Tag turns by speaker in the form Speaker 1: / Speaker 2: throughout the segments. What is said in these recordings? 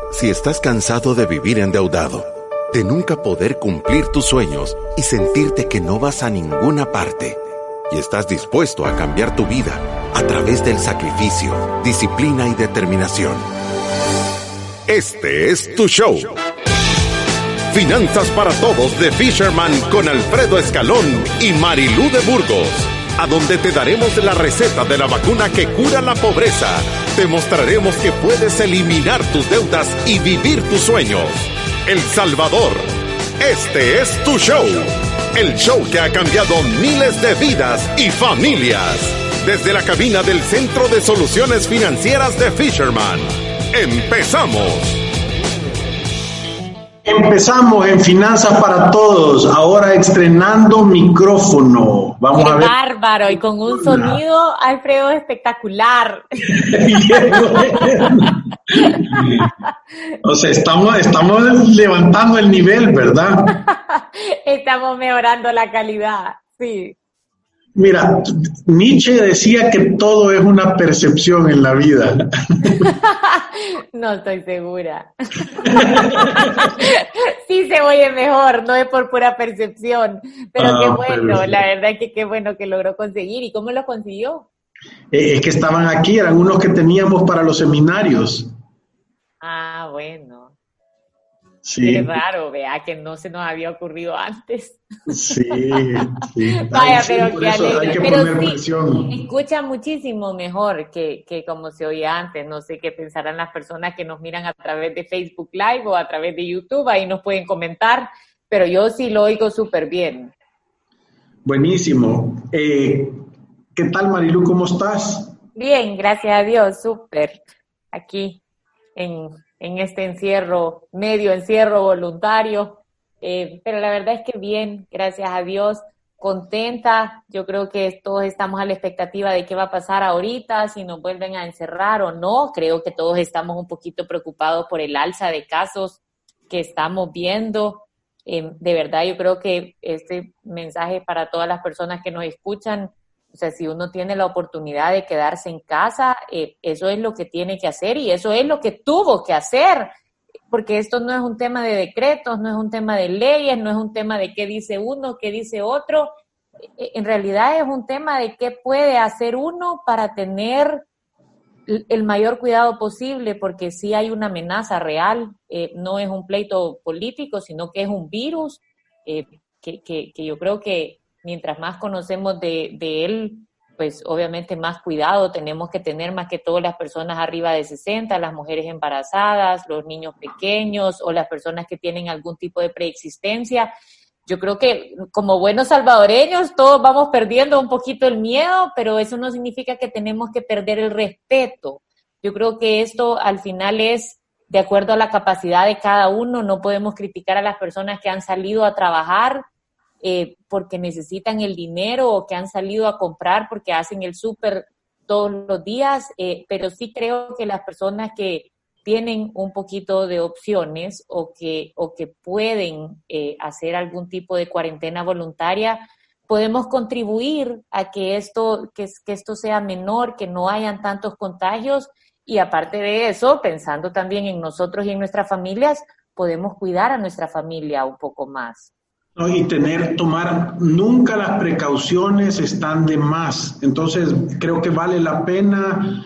Speaker 1: Si estás cansado de vivir endeudado, de nunca poder cumplir tus sueños y sentirte que no vas a ninguna parte, y estás dispuesto a cambiar tu vida a través del sacrificio, disciplina y determinación, este es tu show. Finanzas para Todos de Fisherman con Alfredo Escalón y Marilú de Burgos, a donde te daremos la receta de la vacuna que cura la pobreza. Te mostraremos que puedes eliminar tus deudas y vivir tus sueños. El Salvador, este es tu show. El show que ha cambiado miles de vidas y familias. Desde la cabina del Centro de Soluciones Financieras de Fisherman. ¡Empezamos!
Speaker 2: Empezamos en Finanzas para Todos, ahora estrenando micrófono. Vamos
Speaker 3: ¡Qué
Speaker 2: a ver.
Speaker 3: bárbaro! Y con un sonido, Alfredo, espectacular.
Speaker 2: O sea, estamos levantando el nivel, ¿verdad?
Speaker 3: Estamos mejorando la calidad, sí.
Speaker 2: Mira, Nietzsche decía que todo es una percepción en la vida.
Speaker 3: No estoy segura. Sí se oye mejor, no es por pura percepción. Pero qué bueno,
Speaker 2: pero...
Speaker 3: la verdad es que qué bueno que logró conseguir. ¿Y cómo lo consiguió?
Speaker 2: Es que estaban aquí, eran unos que teníamos para los seminarios.
Speaker 3: Ah, bueno.
Speaker 2: Sí.
Speaker 3: Qué raro, vea, que no se nos había ocurrido antes.
Speaker 2: Sí, sí.
Speaker 3: Vaya,
Speaker 2: sí,
Speaker 3: pero qué alegre.
Speaker 2: hay que
Speaker 3: Pero
Speaker 2: poner
Speaker 3: sí,
Speaker 2: presión.
Speaker 3: escucha muchísimo mejor que como se oía antes. No sé qué pensarán las personas que nos miran a través de Facebook Live o a través de YouTube. Ahí nos pueden comentar, pero yo sí lo oigo súper bien.
Speaker 2: Buenísimo. ¿Qué tal, Marilu? ¿Cómo estás?
Speaker 3: Bien, gracias a Dios, súper. Aquí en este encierro, medio encierro voluntario, pero la verdad es que bien, gracias a Dios, contenta. Yo creo que todos estamos a la expectativa de qué va a pasar ahorita, si nos vuelven a encerrar o no. Creo que todos estamos un poquito preocupados por el alza de casos que estamos viendo. De verdad, yo creo que este mensaje para todas las personas que nos escuchan, o sea, si uno tiene la oportunidad de quedarse en casa, eso es lo que tiene que hacer y eso es lo que tuvo que hacer, porque esto no es un tema de decretos, no es un tema de leyes, no es un tema de qué dice uno, qué dice otro. En realidad es un tema de qué puede hacer uno para tener el mayor cuidado posible, porque sí hay una amenaza real, no es un pleito político, sino que es un virus que yo creo que mientras más conocemos de él, pues obviamente más cuidado tenemos que tener, más que todo las personas arriba de 60, las mujeres embarazadas, los niños pequeños o las personas que tienen algún tipo de preexistencia. Yo creo que como buenos salvadoreños todos vamos perdiendo un poquito el miedo, pero eso no significa que tenemos que perder el respeto. Yo creo que esto al final es de acuerdo a la capacidad de cada uno. No podemos criticar a las personas que han salido a trabajar porque necesitan el dinero o que han salido a comprar porque hacen el súper todos los días, pero sí creo que las personas que tienen un poquito de opciones o que pueden hacer algún tipo de cuarentena voluntaria, podemos contribuir a que esto sea menor, que no hayan tantos contagios y aparte de eso, pensando también en nosotros y en nuestras familias, podemos cuidar a nuestra familia un poco más.
Speaker 2: ¿No? Y nunca las precauciones están de más. Entonces, creo que vale la pena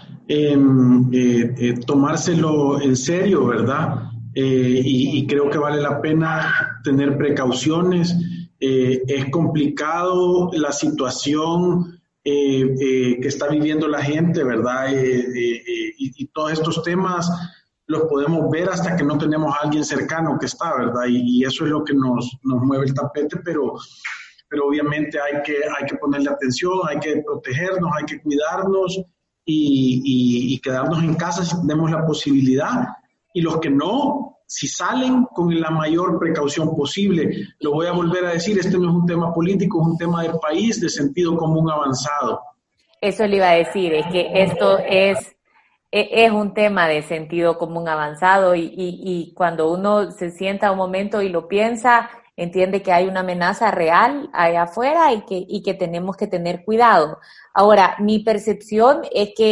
Speaker 2: tomárselo en serio, ¿verdad? Y creo que vale la pena tener precauciones. Es complicado la situación que está viviendo la gente, ¿verdad? Y todos estos temas los podemos ver hasta que no tenemos a alguien cercano que está, ¿verdad? Y eso es lo que nos mueve el tapete, pero obviamente hay que ponerle atención, hay que protegernos, hay que cuidarnos y quedarnos en casa si tenemos la posibilidad. Y los que no, si salen con la mayor precaución posible. Lo voy a volver a decir, este no es un tema político, es un tema del país, de sentido común avanzado.
Speaker 3: Eso le iba a decir, es que esto es un tema de sentido común avanzado y cuando uno se sienta un momento y lo piensa, entiende que hay una amenaza real allá afuera y que tenemos que tener cuidado. Ahora, mi percepción es que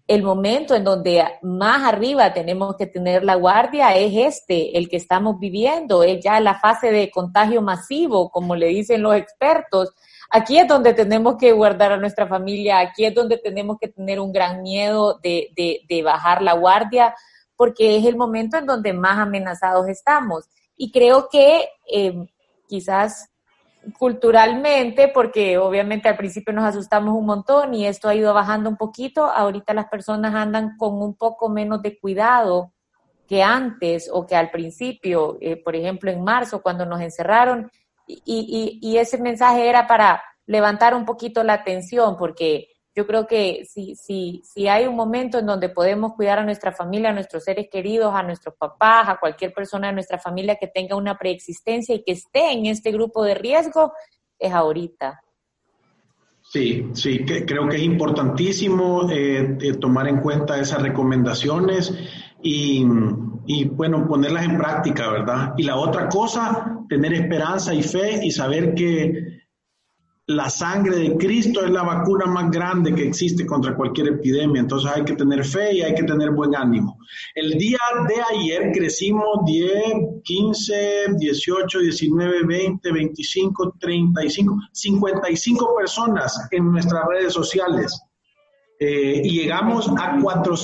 Speaker 3: el momento en donde más arriba tenemos que tener la guardia es el que estamos viviendo, es ya la fase de contagio masivo, como le dicen los expertos. Aquí es donde tenemos que guardar a nuestra familia, aquí es donde tenemos que tener un gran miedo de bajar la guardia, porque es el momento en donde más amenazados estamos. Y creo que quizás culturalmente, porque obviamente al principio nos asustamos un montón y esto ha ido bajando un poquito, ahorita las personas andan con un poco menos de cuidado que antes o que al principio, por ejemplo en marzo cuando nos encerraron, y ese mensaje era para levantar un poquito la atención, porque yo creo que si hay un momento en donde podemos cuidar a nuestra familia, a nuestros seres queridos, a nuestros papás, a cualquier persona de nuestra familia que tenga una preexistencia y que esté en este grupo de riesgo, es ahorita.
Speaker 2: Sí, creo que es importantísimo tomar en cuenta esas recomendaciones y bueno, ponerlas en práctica, ¿verdad? Y la otra cosa, tener esperanza y fe y saber que la sangre de Cristo es la vacuna más grande que existe contra cualquier epidemia. Entonces hay que tener fe y hay que tener buen ánimo. El día de ayer crecimos 10, 15, 18, 19, 20, 25, 35, 55 personas en nuestras redes sociales. Y llegamos a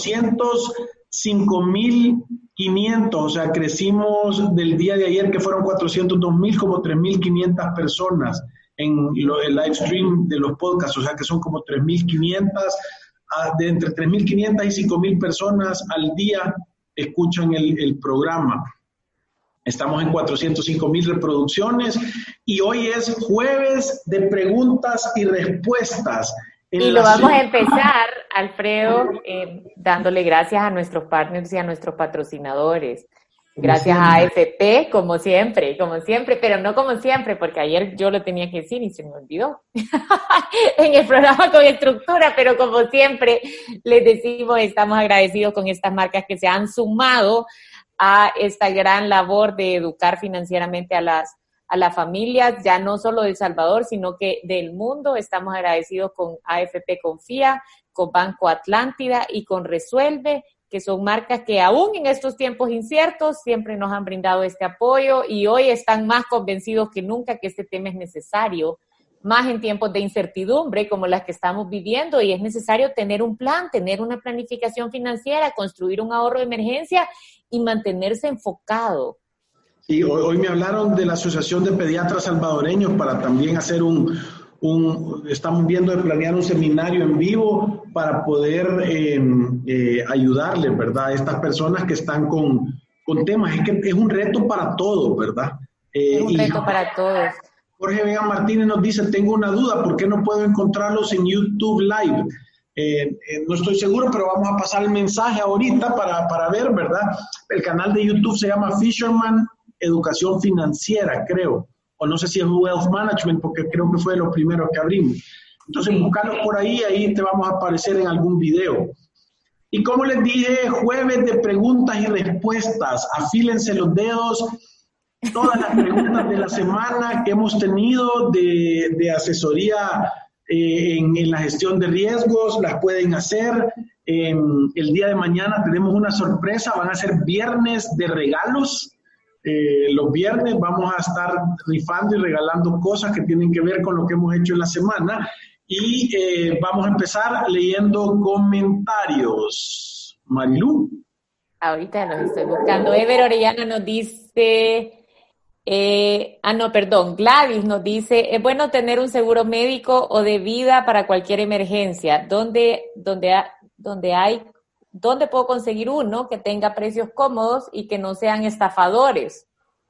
Speaker 2: 405,500, o sea, crecimos del día de ayer que fueron 402,000, como 3,500 personas en el live stream de los podcasts, o sea que son como 3,500, de entre 3,500 y 5,000 personas al día escuchan el programa. Estamos en 405,000 reproducciones y hoy es jueves de preguntas y respuestas.
Speaker 3: Y lo vamos a empezar, Alfredo, dándole gracias a nuestros partners y a nuestros patrocinadores. Gracias a AFP, como siempre, pero no como siempre, porque ayer yo lo tenía que decir y se me olvidó en el programa con estructura, pero como siempre les decimos, estamos agradecidos con estas marcas que se han sumado a esta gran labor de educar financieramente a las familias, ya no solo de El Salvador, sino que del mundo. Estamos agradecidos con AFP Confía, con Banco Atlántida y con Resuelve, que son marcas que aún en estos tiempos inciertos siempre nos han brindado este apoyo y hoy están más convencidos que nunca que este tema es necesario, más en tiempos de incertidumbre como las que estamos viviendo, y es necesario tener un plan, tener una planificación financiera, construir un ahorro de emergencia y mantenerse enfocado.
Speaker 2: Sí, hoy me hablaron de la Asociación de Pediatras Salvadoreños para también hacer estamos viendo de planear un seminario en vivo para poder ayudarles, ¿verdad? A estas personas que están con temas. Es que es un reto para todos, ¿verdad?
Speaker 3: Es un reto para todos.
Speaker 2: Jorge Vega Martínez nos dice, tengo una duda, ¿por qué no puedo encontrarlos en YouTube Live? No estoy seguro, pero vamos a pasar el mensaje ahorita para ver, ¿verdad? El canal de YouTube se llama Fisherman Educación Financiera, creo. O no sé si es Wealth Management, porque creo que fue de los primeros que abrimos. Entonces, buscarlos por ahí te vamos a aparecer en algún video. Y como les dije, jueves de preguntas y respuestas. Afílense los dedos. Todas las preguntas de la semana que hemos tenido de asesoría en la gestión de riesgos, las pueden hacer. El día de mañana tenemos una sorpresa, van a ser viernes de regalos. Los viernes vamos a estar rifando y regalando cosas que tienen que ver con lo que hemos hecho en la semana y vamos a empezar leyendo comentarios. Marilu.
Speaker 3: Ahorita los estoy buscando. Ever Orellana nos dice, Gladys nos dice, es bueno tener un seguro médico o de vida para cualquier emergencia. ¿Dónde puedo conseguir uno que tenga precios cómodos y que no sean estafadores?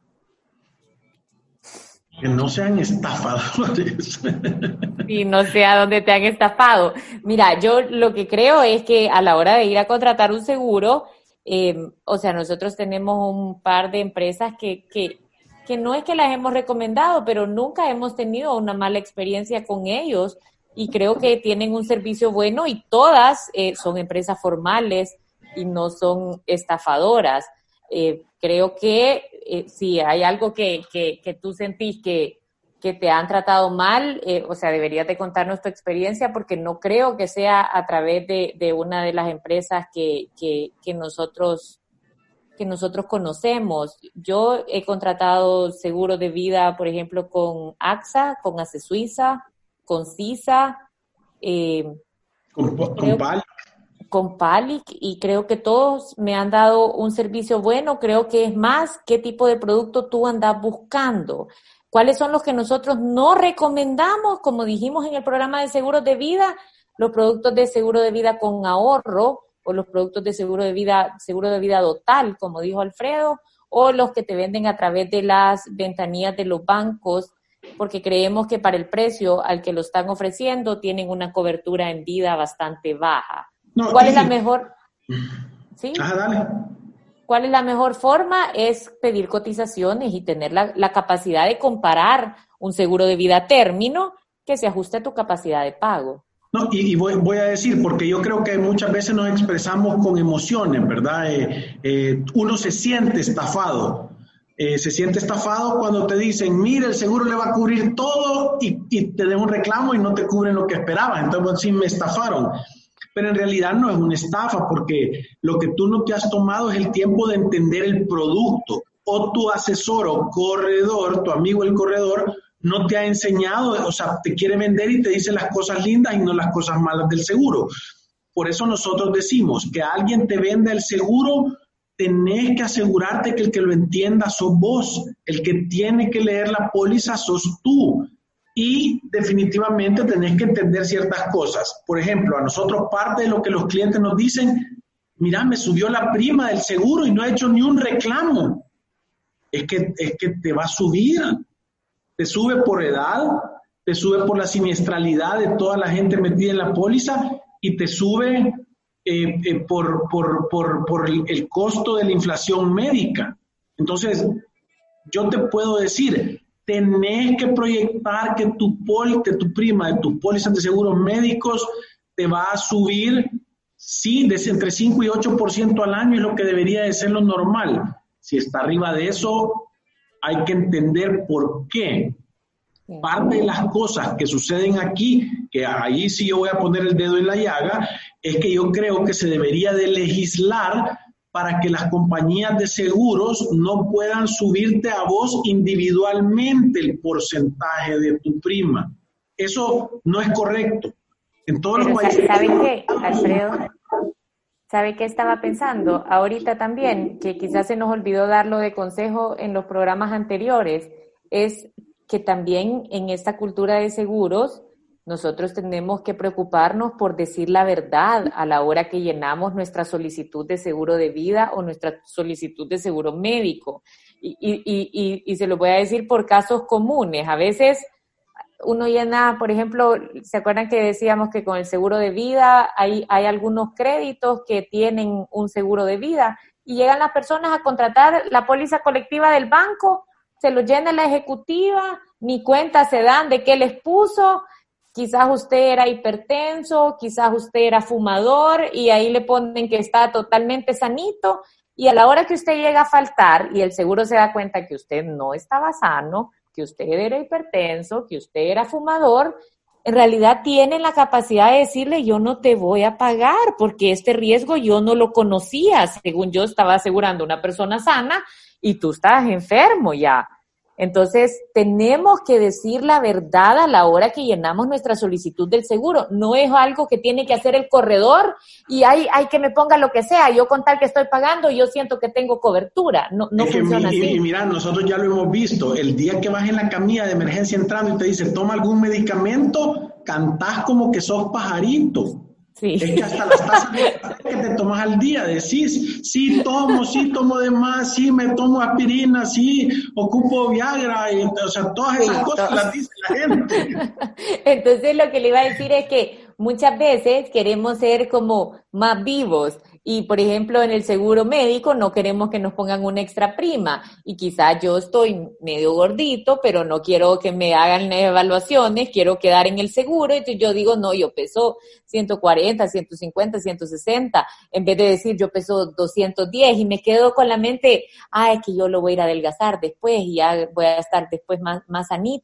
Speaker 2: Que no sean estafadores.
Speaker 3: Sí, no sé a dónde te han estafado. Mira, yo lo que creo es que a la hora de ir a contratar un seguro, nosotros tenemos un par de empresas que no es que las hemos recomendado, pero nunca hemos tenido una mala experiencia con ellos. Y creo que tienen un servicio bueno y todas son empresas formales y no son estafadoras. Creo que si hay algo que tú sentís que que te han tratado mal, o sea, deberías de contarnos tu experiencia porque no creo que sea a través de una de las empresas que nosotros conocemos. Yo he contratado seguro de vida, por ejemplo, con AXA, con ACE Suiza, con CISA, con PALIC, y creo que todos me han dado un servicio bueno. Creo que es más qué tipo de producto tú andas buscando. ¿Cuáles son los que nosotros no recomendamos? Como dijimos en el programa de seguros de vida, los productos de seguro de vida con ahorro, o los productos de seguro de vida total, como dijo Alfredo, o los que te venden a través de las ventanillas de los bancos, porque creemos que para el precio al que lo están ofreciendo tienen una cobertura en vida bastante baja.
Speaker 2: No,
Speaker 3: ¿Cuál es la mejor? ¿Sí?
Speaker 2: Dale.
Speaker 3: ¿Cuál es la mejor forma? Es pedir cotizaciones y tener la capacidad de comparar un seguro de vida a término que se ajuste a tu capacidad de pago.
Speaker 2: No, y voy a decir, porque yo creo que muchas veces nos expresamos con emociones, ¿verdad? Uno se siente estafado. Se siente estafado cuando te dicen, mira, el seguro le va a cubrir todo y te den un reclamo y no te cubren lo que esperabas. Entonces, sí, me estafaron. Pero en realidad no es una estafa, porque lo que tú no te has tomado es el tiempo de entender el producto. O tu asesor o corredor, tu amigo el corredor, no te ha enseñado, o sea, te quiere vender y te dice las cosas lindas y no las cosas malas del seguro. Por eso nosotros decimos que alguien te venda el seguro, tenés que asegurarte que el que lo entienda sos vos, el que tiene que leer la póliza sos tú. Y definitivamente tenés que entender ciertas cosas. Por ejemplo, a nosotros parte de lo que los clientes nos dicen, mira, me subió la prima del seguro y no he hecho ni un reclamo. Es que te va a subir. Te sube por edad, te sube por la siniestralidad de toda la gente metida en la póliza y te sube por el costo de la inflación médica. Entonces, yo te puedo decir, tenés que proyectar que tu prima de tus pólizas de seguros médicos te va a subir, sí, entre 5 y 8% al año es lo que debería de ser lo normal. Si está arriba de eso, hay que entender por qué. Parte de las cosas que suceden aquí, que ahí sí yo voy a poner el dedo en la llaga, es que yo creo que se debería de legislar para que las compañías de seguros no puedan subirte a vos individualmente el porcentaje de tu prima. Eso no es correcto. En todos los países...
Speaker 3: ¿Sabe qué, Alfredo? ¿Sabe qué estaba pensando? Ahorita también, que quizás se nos olvidó darlo de consejo en los programas anteriores, es que también en esta cultura de seguros nosotros tenemos que preocuparnos por decir la verdad a la hora que llenamos nuestra solicitud de seguro de vida o nuestra solicitud de seguro médico. Y se lo voy a decir por casos comunes. A veces uno llena, por ejemplo, ¿se acuerdan que decíamos que con el seguro de vida hay algunos créditos que tienen un seguro de vida? Y llegan las personas a contratar la póliza colectiva del banco, se lo llena la ejecutiva, ni cuenta se dan de qué les puso. Quizás usted era hipertenso, quizás usted era fumador y ahí le ponen que está totalmente sanito, y a la hora que usted llega a faltar y el seguro se da cuenta que usted no estaba sano, que usted era hipertenso, que usted era fumador, en realidad tienen la capacidad de decirle, yo no te voy a pagar porque este riesgo yo no lo conocía, según yo estaba asegurando a una persona sana y tú estabas enfermo ya. Entonces, tenemos que decir la verdad a la hora que llenamos nuestra solicitud del seguro. No es algo que tiene que hacer el corredor y hay que me ponga lo que sea. Yo con tal que estoy pagando, yo siento que tengo cobertura. No funciona así.
Speaker 2: Y mira, nosotros ya lo hemos visto. El día que vas en la camilla de emergencia entrando y te dice, toma algún medicamento, cantás como que sos pajarito. Sí. Es que hasta las tazas que te tomas al día decís, sí tomo de más, sí me tomo aspirina, sí ocupo Viagra, o sea, todas esas cosas las dice la gente.
Speaker 3: Entonces lo que le iba a decir es que muchas veces queremos ser como más vivos y, por ejemplo, en el seguro médico no queremos que nos pongan una extra prima y quizás yo estoy medio gordito, pero no quiero que me hagan evaluaciones, quiero quedar en el seguro, y entonces yo digo, no, yo peso 140, 150, 160, en vez de decir yo peso 210 y me quedo con la mente, es que yo lo voy a ir a adelgazar después y ya voy a estar después más sanito.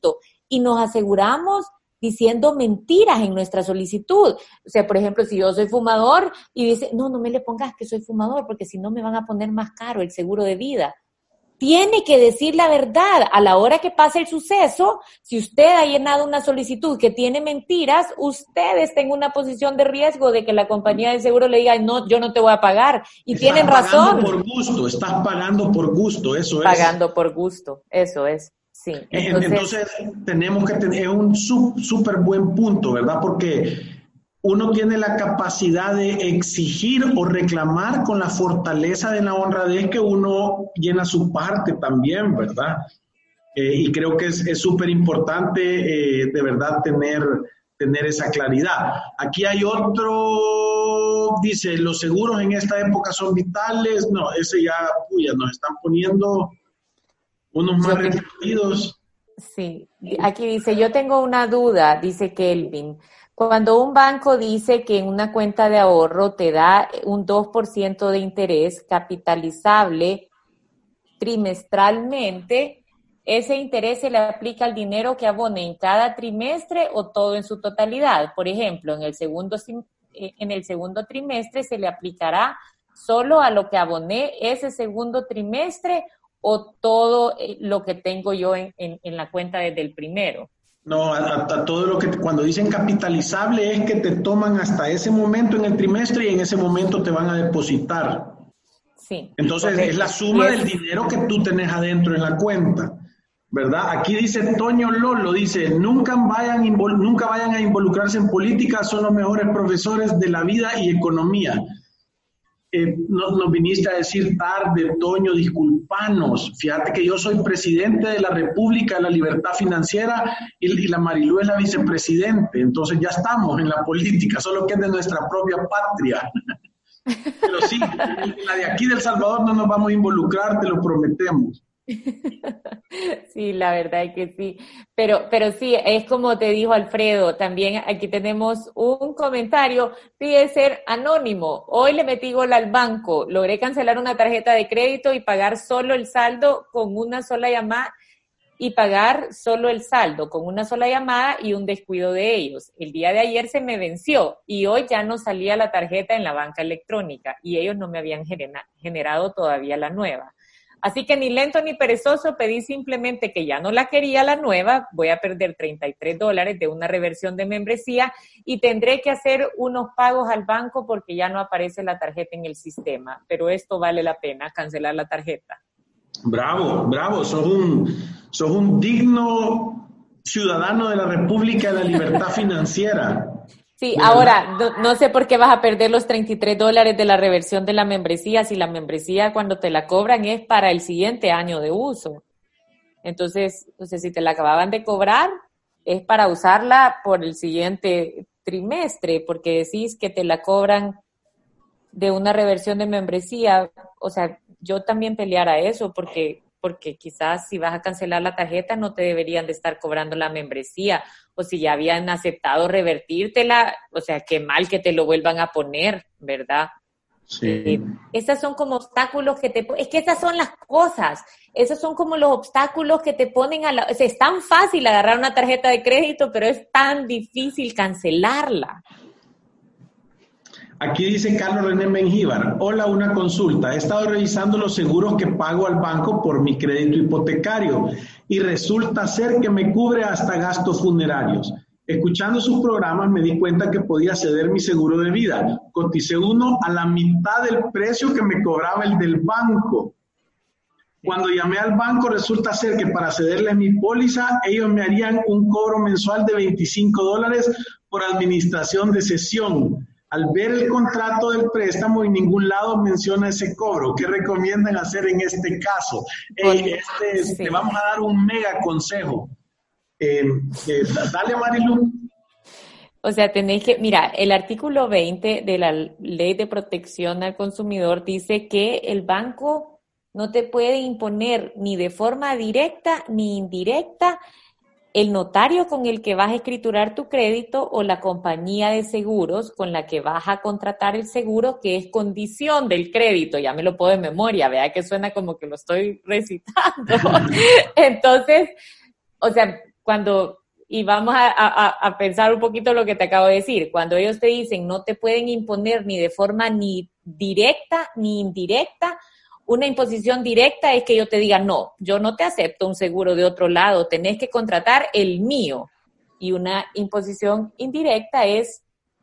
Speaker 3: y nos aseguramos diciendo mentiras en nuestra solicitud. O sea, por ejemplo, si yo soy fumador y dice, no me le pongas que soy fumador porque si no me van a poner más caro el seguro de vida. Tiene que decir la verdad. A la hora que pase el suceso, si usted ha llenado una solicitud que tiene mentiras, usted está en una posición de riesgo de que la compañía de seguro le diga, no, yo no te voy a pagar. Y tienen razón.
Speaker 2: Estás pagando por gusto, eso es.
Speaker 3: Pagando por gusto, eso es, sí.
Speaker 2: Entonces tenemos que tener, es un súper buen punto, ¿verdad? Porque uno tiene la capacidad de exigir o reclamar con la fortaleza de la honradez que uno llena su parte también, ¿verdad? Y creo que es súper importante de verdad tener esa claridad. Aquí hay otro, dice, los seguros en esta época son vitales. No, ese ya nos están poniendo unos más restringidos.
Speaker 3: Sí, aquí dice, yo tengo una duda, dice Kelvin. Cuando un banco dice que en una cuenta de ahorro te da un 2% de interés capitalizable trimestralmente, ¿ese interés se le aplica al dinero que abone en cada trimestre o todo en su totalidad? Por ejemplo, en el segundo trimestre se le aplicará solo a lo que aboné ese segundo trimestre o todo lo que tengo yo en la cuenta desde el primero.
Speaker 2: No, a todo lo que, cuando dicen capitalizable es que te toman hasta ese momento en el trimestre y en ese momento te van a depositar.
Speaker 3: Sí.
Speaker 2: Entonces correcto. Es la suma del dinero que tú tenés adentro en la cuenta, ¿verdad? Aquí dice Toño Lolo, dice, nunca vayan a involucrarse en política, son los mejores profesores de la vida y economía. Nos viniste a decir tarde, Toño, disculpanos. Fíjate que yo soy presidente de la República de la Libertad Financiera y la Marilú es la vicepresidente. Entonces ya estamos en la política, solo que es de nuestra propia patria. Pero sí, la de aquí de El Salvador no nos vamos a involucrar, te lo prometemos.
Speaker 3: Sí, la verdad es que sí, pero sí, es como te dijo Alfredo, también aquí tenemos un comentario, pide ser anónimo, hoy le metí gol al banco, logré cancelar una tarjeta de crédito y pagar solo el saldo con una sola llamada y un descuido de ellos. El día de ayer se me venció y hoy ya no salía la tarjeta en la banca electrónica y ellos no me habían generado todavía la nueva. Así que ni lento ni perezoso, pedí simplemente que ya no la quería la nueva, voy a perder $33 de una reversión de membresía y tendré que hacer unos pagos al banco porque ya no aparece la tarjeta en el sistema, pero esto vale la pena, cancelar la tarjeta.
Speaker 2: Bravo, sos un digno ciudadano de la República de la Libertad Financiera.
Speaker 3: Sí, ahora, no sé por qué vas a perder los $33 de la reversión de la membresía, si la membresía cuando te la cobran es para el siguiente año de uso. Entonces, si te la acababan de cobrar, es para usarla por el siguiente trimestre, porque decís que te la cobran de una reversión de membresía. O sea, yo también peleara eso, porque quizás si vas a cancelar la tarjeta no te deberían de estar cobrando la membresía, o si ya habían aceptado revertírtela, o sea, qué mal que te lo vuelvan a poner, ¿verdad?
Speaker 2: Sí.
Speaker 3: Esas son como obstáculos es que esas son las cosas, esos son como los obstáculos que te ponen o sea, es tan fácil agarrar una tarjeta de crédito, pero es tan difícil cancelarla.
Speaker 2: Aquí dice Carlos René Mengíbar, hola, una consulta, he estado revisando los seguros que pago al banco por mi crédito hipotecario y resulta ser que me cubre hasta gastos funerarios. Escuchando sus programas me di cuenta que podía ceder mi seguro de vida. Coticé uno a la mitad del precio que me cobraba el del banco. Cuando llamé al banco resulta ser que para cederles mi póliza ellos me harían un cobro mensual de $25 por administración de cesión. Al ver el contrato del préstamo, en ningún lado menciona ese cobro. ¿Qué recomiendan hacer en este caso?
Speaker 3: Sí.
Speaker 2: Te vamos a dar un mega consejo. Dale, Marilu.
Speaker 3: O sea, mira, el artículo 20 de la Ley de Protección al Consumidor dice que el banco no te puede imponer ni de forma directa ni indirecta el notario con el que vas a escriturar tu crédito o la compañía de seguros con la que vas a contratar el seguro, que es condición del crédito. Ya me lo puedo de memoria, vea que suena como que lo estoy recitando. Entonces, o sea, y vamos a pensar un poquito lo que te acabo de decir, cuando ellos te dicen no te pueden imponer ni de forma ni directa ni indirecta, una imposición directa es que yo te diga, no, yo no te acepto un seguro de otro lado, tenés que contratar el mío. Y una imposición indirecta es,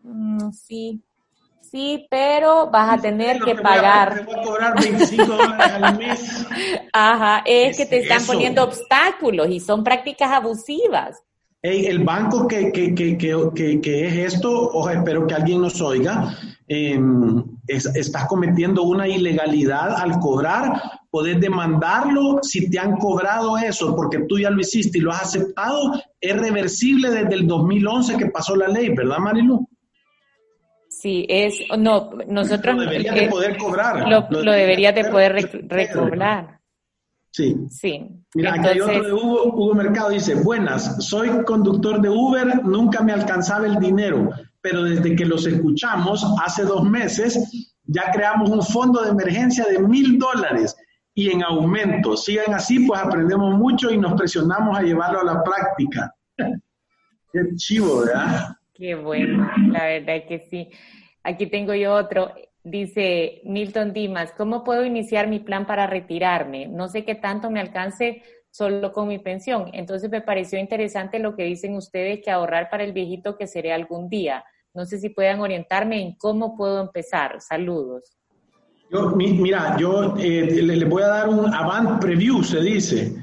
Speaker 3: sí, pero vas a tener que pagar.
Speaker 2: Te voy a cobrar $25 al mes.
Speaker 3: Ajá, es que te están poniendo obstáculos y son prácticas abusivas.
Speaker 2: Hey, el banco que es esto, espero que alguien nos oiga, estás cometiendo una ilegalidad al cobrar, podés demandarlo si te han cobrado eso, porque tú ya lo hiciste y lo has aceptado, es reversible desde el 2011 que pasó la ley, ¿verdad, Marilu?
Speaker 3: Sí, nosotros...
Speaker 2: Lo deberías de poder cobrar.
Speaker 3: Lo deberías de poder recobrar.
Speaker 2: Sí. Mira, entonces, aquí hay otro de Hugo Mercado, dice, buenas, soy conductor de Uber, nunca me alcanzaba el dinero, pero desde que los escuchamos, hace 2 meses, ya creamos un fondo de emergencia de $1,000 y en aumento. Sigan así, pues aprendemos mucho y nos presionamos a llevarlo a la práctica. Qué chivo, ¿verdad?
Speaker 3: Qué bueno, la verdad es que sí. Aquí tengo yo otro. Dice Milton Dimas, ¿cómo puedo iniciar mi plan para retirarme? No sé qué tanto me alcance solo con mi pensión. Entonces me pareció interesante lo que dicen ustedes, que ahorrar para el viejito que seré algún día. No sé si puedan orientarme en cómo puedo empezar. Saludos.
Speaker 2: Yo le voy a dar un avant preview, se dice.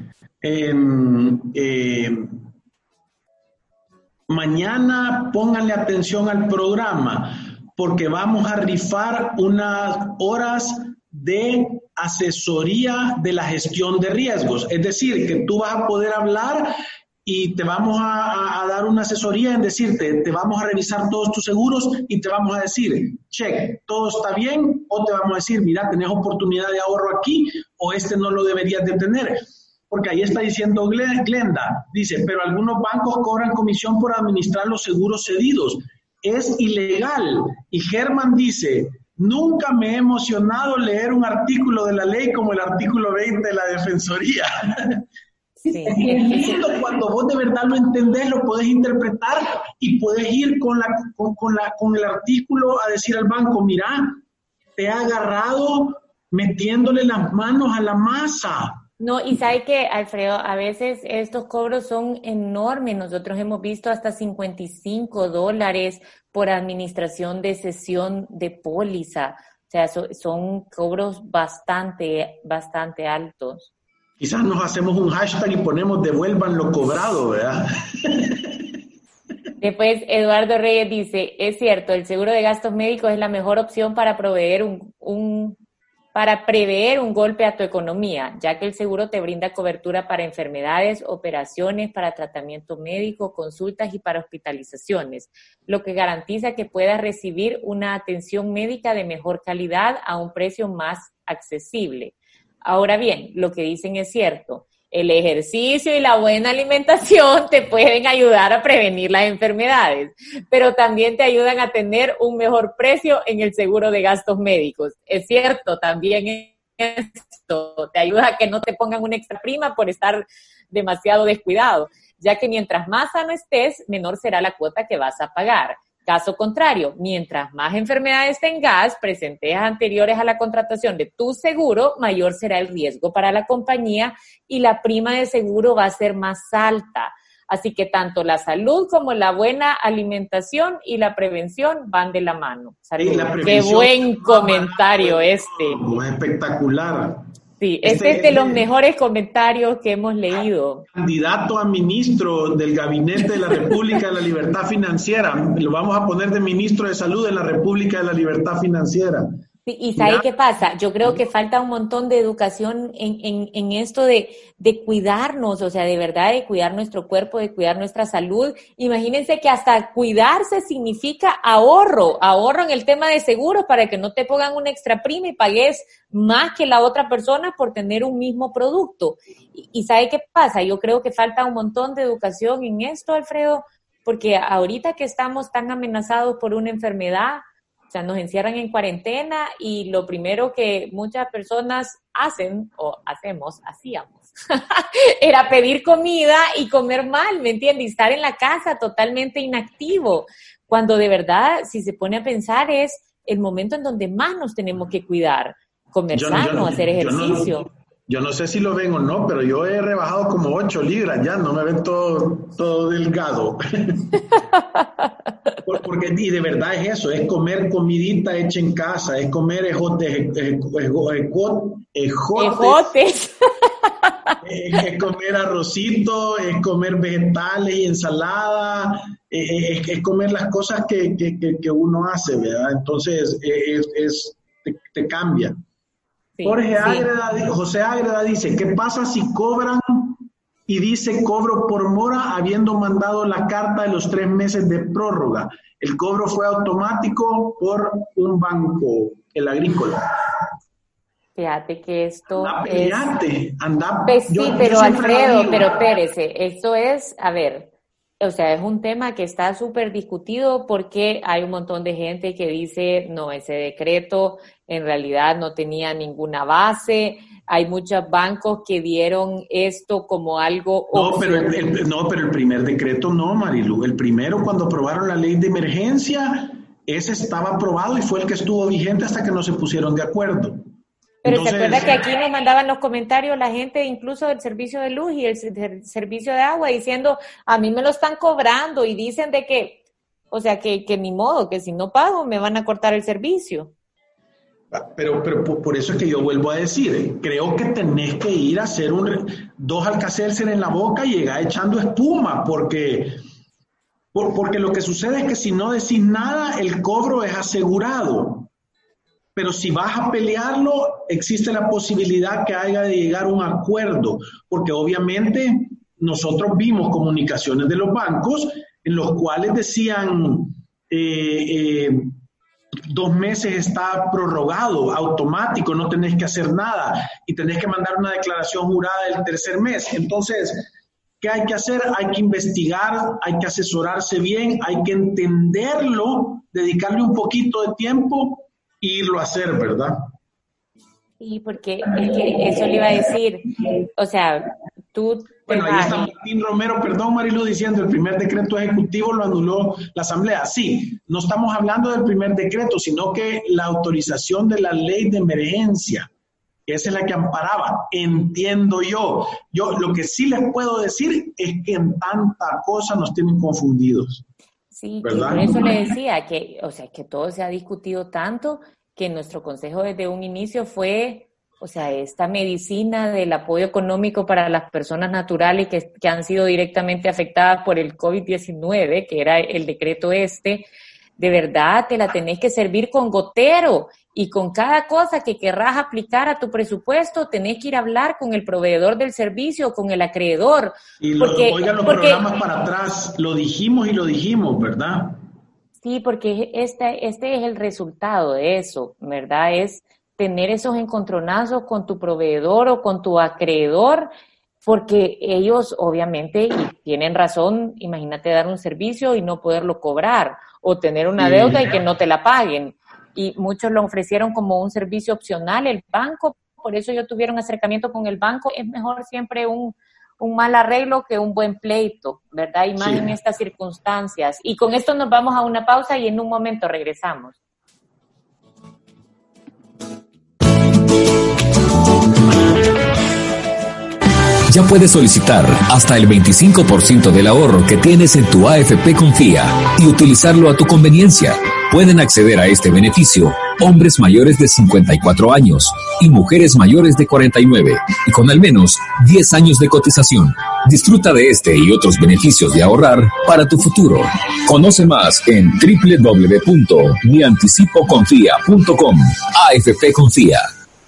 Speaker 2: Mañana pónganle atención al programa, porque vamos a rifar unas horas de asesoría de la gestión de riesgos. Es decir, que tú vas a poder hablar y te vamos a dar una asesoría en decirte, te vamos a revisar todos tus seguros y te vamos a decir, check, todo está bien, o te vamos a decir, mira, tenés oportunidad de ahorro aquí, o no lo deberías de tener. Porque ahí está diciendo Glenda, dice, pero algunos bancos cobran comisión por administrar los seguros cedidos. Es ilegal. Y Germán dice, nunca me he emocionado leer un artículo de la ley como el artículo 20 de la Defensoría. Sí. Cuando vos de verdad lo entendés, lo podés interpretar y podés ir con el artículo a decir al banco, mira, te ha agarrado metiéndole las manos a la masa.
Speaker 3: No, y sabe que, Alfredo, a veces estos cobros son enormes. Nosotros hemos visto hasta $55 por administración de cesión de póliza. O sea, son cobros bastante altos.
Speaker 2: Quizás nos hacemos un hashtag y ponemos devuelvan lo cobrado, ¿verdad?
Speaker 3: Después, Eduardo Reyes dice, es cierto, el seguro de gastos médicos es la mejor opción para prever un golpe a tu economía, ya que el seguro te brinda cobertura para enfermedades, operaciones, para tratamiento médico, consultas y para hospitalizaciones, lo que garantiza que puedas recibir una atención médica de mejor calidad a un precio más accesible. Ahora bien, lo que dicen es cierto. El ejercicio y la buena alimentación te pueden ayudar a prevenir las enfermedades, pero también te ayudan a tener un mejor precio en el seguro de gastos médicos. Es cierto, también esto te ayuda a que no te pongan una extra prima por estar demasiado descuidado, ya que mientras más sano estés, menor será la cuota que vas a pagar. Caso contrario, mientras más enfermedades tengas presentes anteriores a la contratación de tu seguro, mayor será el riesgo para la compañía y la prima de seguro va a ser más alta. Así que tanto la salud como la buena alimentación y la prevención van de la mano. Qué buen comentario este.
Speaker 2: Espectacular.
Speaker 3: Sí, este es de los mejores comentarios que hemos leído.
Speaker 2: Candidato a ministro del Gabinete de la República de la Libertad Financiera. Lo vamos a poner de ministro de Salud de la República de la Libertad Financiera.
Speaker 3: Sí, y ¿sabe qué pasa? Yo creo que falta un montón de educación en esto de cuidarnos, o sea, de verdad, de cuidar nuestro cuerpo, de cuidar nuestra salud. Imagínense que hasta cuidarse significa ahorro en el tema de seguros para que no te pongan una extra prima y pagues más que la otra persona por tener un mismo producto. Y ¿sabe qué pasa? Yo creo que falta un montón de educación en esto, Alfredo, porque ahorita que estamos tan amenazados por una enfermedad, O sea, nos encierran en cuarentena y lo primero que muchas personas hacíamos, era pedir comida y comer mal, ¿me entiendes? Y estar en la casa totalmente inactivo, cuando de verdad, si se pone a pensar, es el momento en donde más nos tenemos que cuidar, comer sano, hacer ejercicio.
Speaker 2: Yo no sé si lo ven o no, pero yo he rebajado como 8 libras ya, no me ven todo delgado. Porque, y de verdad es eso, es comer comidita hecha en casa, es comer ejotes. Es comer arrocito, es comer vegetales y ensalada, es comer las cosas que uno hace, ¿verdad? Entonces, te cambia. Sí, José Ágreda dice, ¿qué pasa si cobran y dice cobro por mora habiendo mandado la carta de los 3 meses de prórroga? El cobro fue automático por un banco, el Agrícola.
Speaker 3: Fíjate que esto
Speaker 2: Pues
Speaker 3: sí, pero Alfredo, pero espérese, esto es, a ver, o sea, es un tema que está súper discutido porque hay un montón de gente que dice, no, ese decreto en realidad no tenía ninguna base. Hay muchos bancos que dieron esto como algo...
Speaker 2: pero el primer decreto no, Marilu. El primero, cuando aprobaron la ley de emergencia, ese estaba aprobado y fue el que estuvo vigente hasta que no se pusieron de acuerdo.
Speaker 3: Pero entonces, ¿se acuerda que aquí nos mandaban los comentarios la gente incluso del servicio de luz y el servicio de agua diciendo, a mí me lo están cobrando y dicen de que, o sea, que ni modo, que si no pago me van a cortar el servicio?
Speaker 2: Pero por eso es que yo vuelvo a decir, creo que tenés que ir a hacer 2 Alka-Seltzer en la boca y llegar echando espuma, porque lo que sucede es que si no decís nada, el cobro es asegurado. Pero si vas a pelearlo, existe la posibilidad que haya de llegar a un acuerdo, porque obviamente nosotros vimos comunicaciones de los bancos en los cuales decían 2 meses está prorrogado, automático, no tenés que hacer nada y tenés que mandar una declaración jurada del 3er mes. Entonces, ¿qué hay que hacer? Hay que investigar, hay que asesorarse bien, hay que entenderlo, dedicarle un poquito de tiempo e irlo a hacer, ¿verdad?
Speaker 3: Sí, porque es que eso le iba a decir, o sea, tú...
Speaker 2: Bueno, ahí está Martín Romero, perdón Marilu, diciendo el primer decreto ejecutivo lo anuló la Asamblea. Sí, no estamos hablando del primer decreto, sino que la autorización de la ley de emergencia, esa es la que amparaba, entiendo yo. Yo lo que sí les puedo decir es que en tanta cosa nos tienen confundidos.
Speaker 3: Sí, por eso le decía que, o sea, que todo se ha discutido tanto que nuestro consejo desde un inicio fue, o sea, esta medicina del apoyo económico para las personas naturales que han sido directamente afectadas por el COVID-19, que era el decreto de verdad te la tenés que servir con gotero y con cada cosa que querrás aplicar a tu presupuesto tenés que ir a hablar con el proveedor del servicio, con el acreedor.
Speaker 2: Y oigan los programas para atrás, lo dijimos, ¿verdad?
Speaker 3: Sí, porque este es el resultado de eso, ¿verdad? Es tener esos encontronazos con tu proveedor o con tu acreedor, porque ellos obviamente, y tienen razón, imagínate dar un servicio y no poderlo cobrar, o tener una deuda y que no te la paguen. Y muchos lo ofrecieron como un servicio opcional el banco, por eso ellos tuvieron acercamiento con el banco. Es mejor siempre un mal arreglo que un buen pleito, ¿verdad? Y más en estas circunstancias. Y con esto nos vamos a una pausa y en un momento regresamos.
Speaker 4: Ya puedes solicitar hasta el 25% del ahorro que tienes en tu AFP Confía y utilizarlo a tu conveniencia. Pueden acceder a este beneficio hombres mayores de 54 años y mujeres mayores de 49 y con al menos 10 años de cotización. Disfruta de este y otros beneficios de ahorrar para tu futuro. Conoce más en www.mianticipoconfia.com. AFP Confía.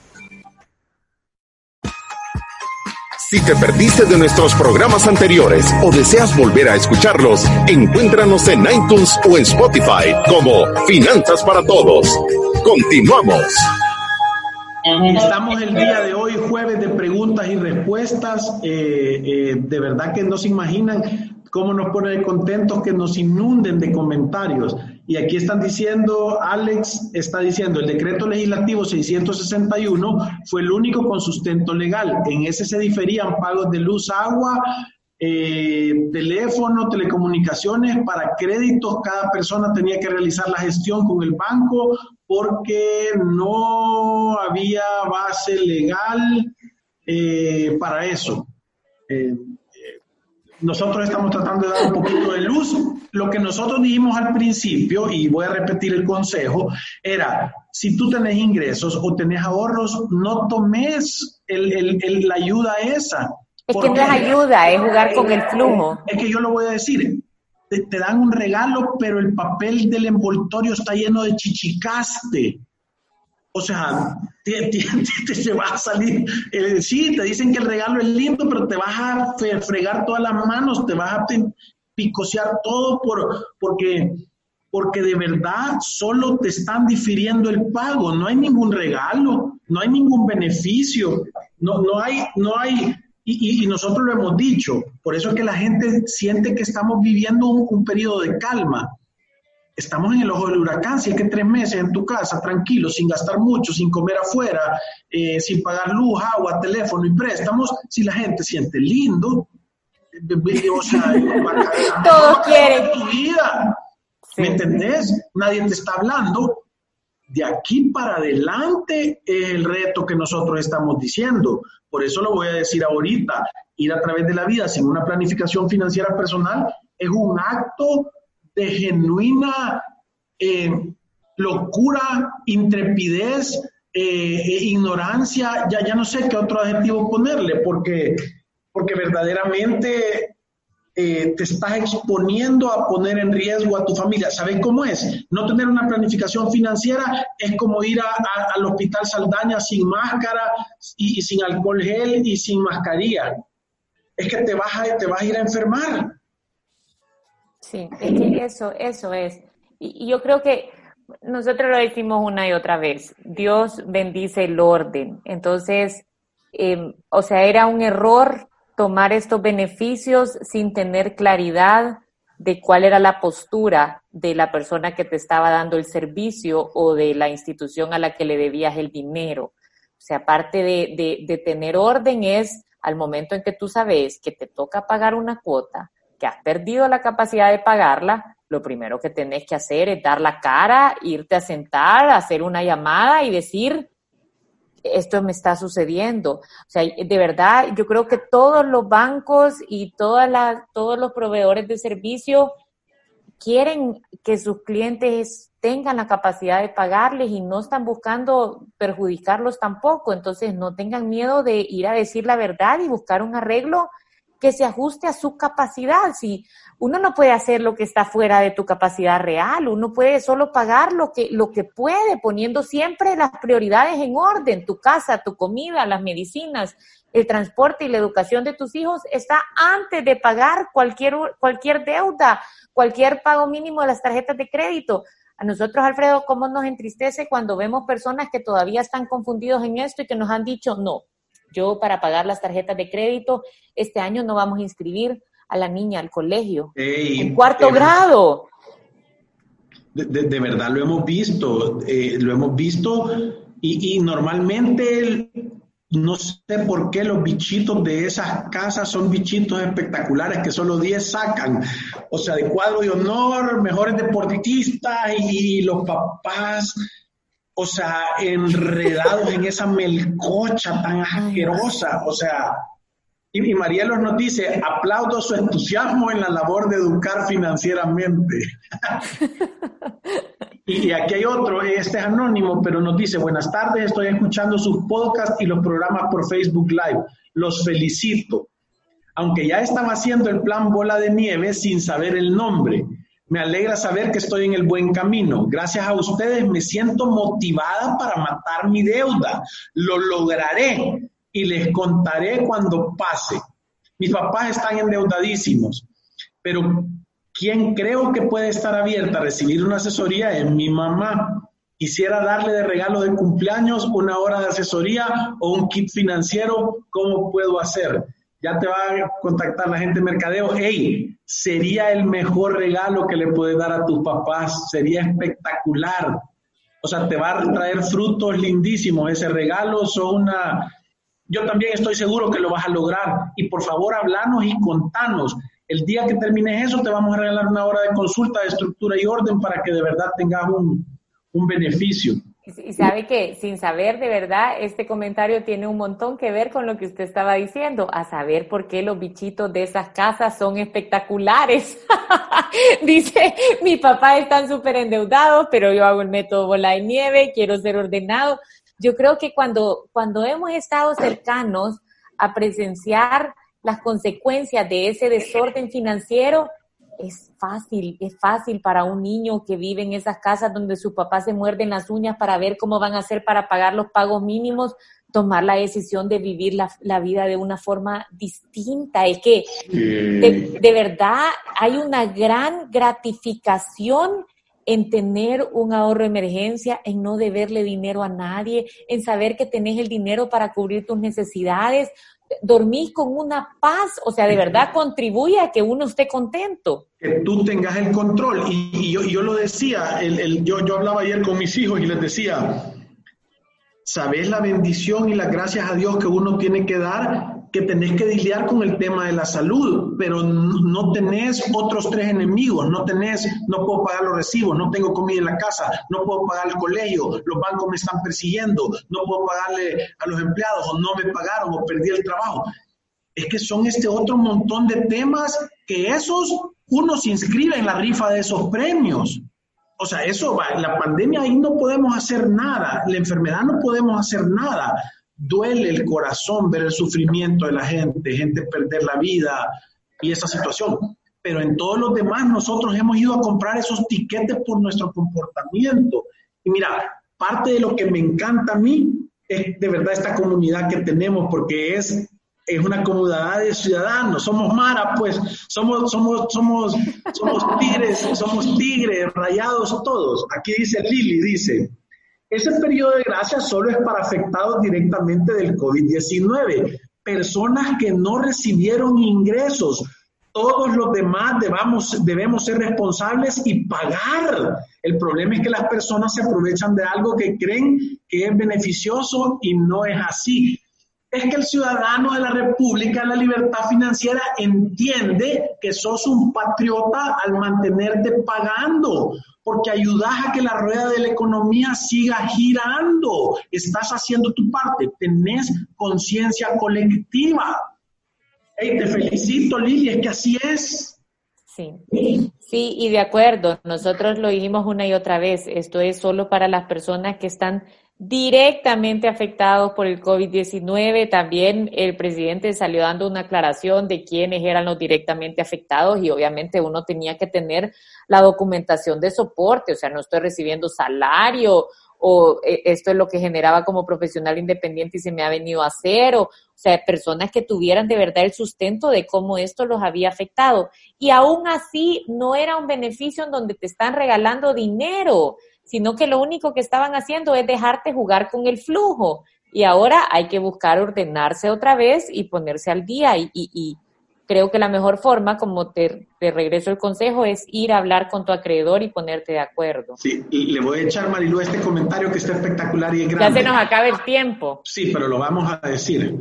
Speaker 1: Si te perdiste de nuestros programas anteriores o deseas volver a escucharlos, encuéntranos en iTunes o en Spotify como Finanzas para Todos. Continuamos.
Speaker 2: Estamos el día de hoy, jueves de preguntas y respuestas. De verdad que no se imaginan cómo nos pone contentos que nos inunden de comentarios. Y aquí están diciendo, Alex está diciendo, el decreto legislativo 661 fue el único con sustento legal. En ese se diferían pagos de luz, agua, teléfono, telecomunicaciones. Para créditos, cada persona tenía que realizar la gestión con el banco porque no había base legal para eso. Nosotros estamos tratando de dar un poquito de luz. Lo que nosotros dijimos al principio, y voy a repetir el consejo, era, si tú tenés ingresos o tenés ahorros, no tomes la ayuda esa.
Speaker 3: Es que no es ayuda, es jugar con el flujo.
Speaker 2: Es que yo lo voy a decir, te dan un regalo, pero el papel del envoltorio está lleno de chichicaste. O sea, te va a salir, sí, te dicen que el regalo es lindo, pero te vas a fregar todas las manos, te vas a picosear todo porque de verdad solo te están difiriendo el pago. No hay ningún regalo, no hay ningún beneficio, no hay, y nosotros lo hemos dicho. Por eso es que la gente siente que estamos viviendo un periodo de calma. Estamos en el ojo del huracán. Si es que 3 meses en tu casa, tranquilo, sin gastar mucho, sin comer afuera, sin pagar luz, agua, teléfono y préstamos, si la gente siente lindo, o sea,
Speaker 3: todos quieren
Speaker 2: tu vida. ¿Me entendés? Nadie te está hablando. De aquí para adelante es el reto que nosotros estamos diciendo. Por eso lo voy a decir ahorita. Ir a través de la vida sin una planificación financiera personal es un acto de genuina locura, intrepidez, ignorancia, ya no sé qué otro adjetivo ponerle, porque verdaderamente te estás exponiendo a poner en riesgo a tu familia. ¿Saben cómo es? No tener una planificación financiera es como ir al Hospital Saldaña sin máscara y sin alcohol gel y sin mascarilla. Es que te vas a ir a enfermar.
Speaker 3: Sí, es que eso es. Y yo creo que nosotros lo decimos una y otra vez. Dios bendice el orden. Entonces, era un error tomar estos beneficios sin tener claridad de cuál era la postura de la persona que te estaba dando el servicio o de la institución a la que le debías el dinero. O sea, aparte de tener orden es al momento en que tú sabes que te toca pagar una cuota, que has perdido la capacidad de pagarla, lo primero que tenés que hacer es dar la cara, irte a sentar, hacer una llamada y decir, esto me está sucediendo. O sea, de verdad, yo creo que todos los bancos y todos los proveedores de servicio quieren que sus clientes tengan la capacidad de pagarles y no están buscando perjudicarlos tampoco. Entonces, no tengan miedo de ir a decir la verdad y buscar un arreglo que se ajuste a su capacidad. Si uno no puede hacer lo que está fuera de tu capacidad real, uno puede solo pagar lo que puede, poniendo siempre las prioridades en orden. Tu casa, tu comida, las medicinas, el transporte y la educación de tus hijos está antes de pagar cualquier deuda, cualquier pago mínimo de las tarjetas de crédito. A nosotros, Alfredo, ¿cómo nos entristece cuando vemos personas que todavía están confundidos en esto y que nos han dicho no? Yo para pagar las tarjetas de crédito, este año no vamos a inscribir a la niña al colegio. En 4º grado.
Speaker 2: De verdad lo hemos visto y normalmente no sé por qué los bichitos de esas casas son bichitos espectaculares que solo 10 sacan. O sea, de cuadro de honor, mejores deportistas y los papás... O sea, enredados en esa melcocha tan asquerosa. O sea, y Marielos nos dice, aplaudo su entusiasmo en la labor de educar financieramente. Y aquí hay otro, este es anónimo, pero nos dice, buenas tardes, estoy escuchando sus podcasts y los programas por Facebook Live. Los felicito. Aunque ya estaba haciendo el plan Bola de Nieve sin saber el nombre. Me alegra saber que estoy en el buen camino. Gracias a ustedes me siento motivada para matar mi deuda. Lo lograré y les contaré cuando pase. Mis papás están endeudadísimos, pero quien creo que puede estar abierta a recibir una asesoría es mi mamá. Quisiera darle de regalo de cumpleaños 1 hora de asesoría o un kit financiero. ¿Cómo puedo hacer? ya te va a contactar la gente de mercadeo. Hey, sería el mejor regalo que le puedes dar a tus papás, sería espectacular. O sea, te va a traer frutos lindísimos. Ese regalo yo también estoy seguro que lo vas a lograr. Y por favor, hablanos y contanos. El día que termines eso, te vamos a regalar una hora de consulta de estructura y orden para que de verdad tengas un beneficio.
Speaker 3: Y sabe que, sin saber, de verdad, este comentario tiene un montón que ver con lo que usted estaba diciendo, a saber por qué los bichitos de esas casas son espectaculares. Dice, mi papá están súper endeudados, pero yo hago el método bola de nieve, quiero ser ordenado. Yo creo que cuando hemos estado cercanos a presenciar las consecuencias de ese desorden financiero, es fácil para un niño que vive en esas casas donde sus papás se muerden las uñas para ver cómo van a hacer para pagar los pagos mínimos, tomar la decisión de vivir la vida de una forma distinta. Es que de verdad hay una gran gratificación en tener un ahorro de emergencia, en no deberle dinero a nadie, en saber que tenés el dinero para cubrir tus necesidades, dormís con una paz, o sea, de verdad contribuye a que uno esté contento.
Speaker 2: Que tú tengas el control. Y yo lo decía, yo hablaba ayer con mis hijos y les decía, ¿sabés la bendición y las gracias a Dios que uno tiene que dar? Que tenés que lidiar con el tema de la salud, pero no tenés otros 3 enemigos, no puedo pagar los recibos, no tengo comida en la casa, no puedo pagar el colegio, los bancos me están persiguiendo, no puedo pagarle a los empleados, o no me pagaron, o perdí el trabajo. Es que son otro montón de temas que uno se inscribe en la rifa de esos premios. O sea, la pandemia ahí no podemos hacer nada, la enfermedad no podemos hacer nada. Duele el corazón ver el sufrimiento de la gente perder la vida y esa situación. Pero en todos los demás nosotros hemos ido a comprar esos tiquetes por nuestro comportamiento. Y mira, parte de lo que me encanta a mí es de verdad esta comunidad que tenemos, porque es una comunidad de ciudadanos. Somos Mara, pues, somos tigres, rayados todos. Aquí dice Lili, dice... Ese periodo de gracia solo es para afectados directamente del COVID-19, personas que no recibieron ingresos. Todos los demás debemos ser responsables y pagar. El problema es que las personas se aprovechan de algo que creen que es beneficioso y no es así. Es que el ciudadano de la República, la libertad financiera, entiende que sos un patriota al mantenerte pagando, porque ayudas a que la rueda de la economía siga girando. Estás haciendo tu parte, tenés conciencia colectiva. Hey, te felicito, Lili, es que así es.
Speaker 3: Sí, y de acuerdo, nosotros lo dijimos una y otra vez, esto es solo para las personas que están directamente afectados por el COVID-19. También el presidente salió dando una aclaración de quiénes eran los directamente afectados y obviamente uno tenía que tener la documentación de soporte, o sea, no estoy recibiendo salario o esto es lo que generaba como profesional independiente y se me ha venido a hacer, o sea, personas que tuvieran de verdad el sustento de cómo esto los había afectado. Y aún así no era un beneficio en donde te están regalando dinero, sino que lo único que estaban haciendo es dejarte jugar con el flujo. Y ahora hay que buscar ordenarse otra vez y ponerse al día. Y creo que la mejor forma, como te regreso el consejo, es ir a hablar con tu acreedor y ponerte de acuerdo.
Speaker 2: Sí, y le voy a echar, Marilu, este comentario que está espectacular y es grande.
Speaker 3: Ya se nos acaba el tiempo.
Speaker 2: Sí, pero lo vamos a decir.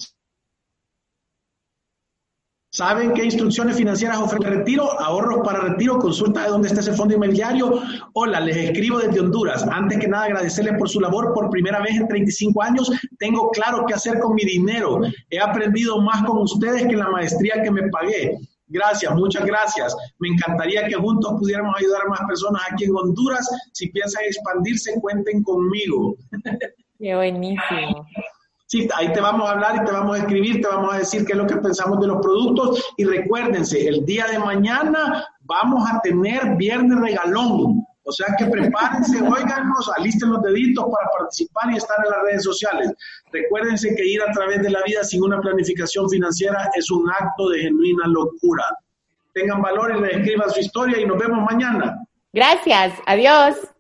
Speaker 2: ¿Saben qué instrucciones financieras ofrece retiro? Ahorros para retiro, consulta de dónde está ese fondo inmobiliario. Hola, les escribo desde Honduras. Antes que nada, agradecerles por su labor. Por primera vez en 35 años, tengo claro qué hacer con mi dinero. He aprendido más con ustedes que en la maestría que me pagué. Gracias, muchas gracias. Me encantaría que juntos pudiéramos ayudar a más personas aquí en Honduras. Si piensan expandirse, cuenten conmigo.
Speaker 3: Qué buenísimo.
Speaker 2: Sí, ahí te vamos a hablar y te vamos a escribir, te vamos a decir qué es lo que pensamos de los productos. Y recuérdense, el día de mañana vamos a tener viernes regalón. O sea que prepárense, óiganos, alisten los deditos para participar y estar en las redes sociales. Recuérdense que ir a través de la vida sin una planificación financiera es un acto de genuina locura. Tengan valor y reescriban su historia y nos vemos mañana.
Speaker 3: Gracias, adiós.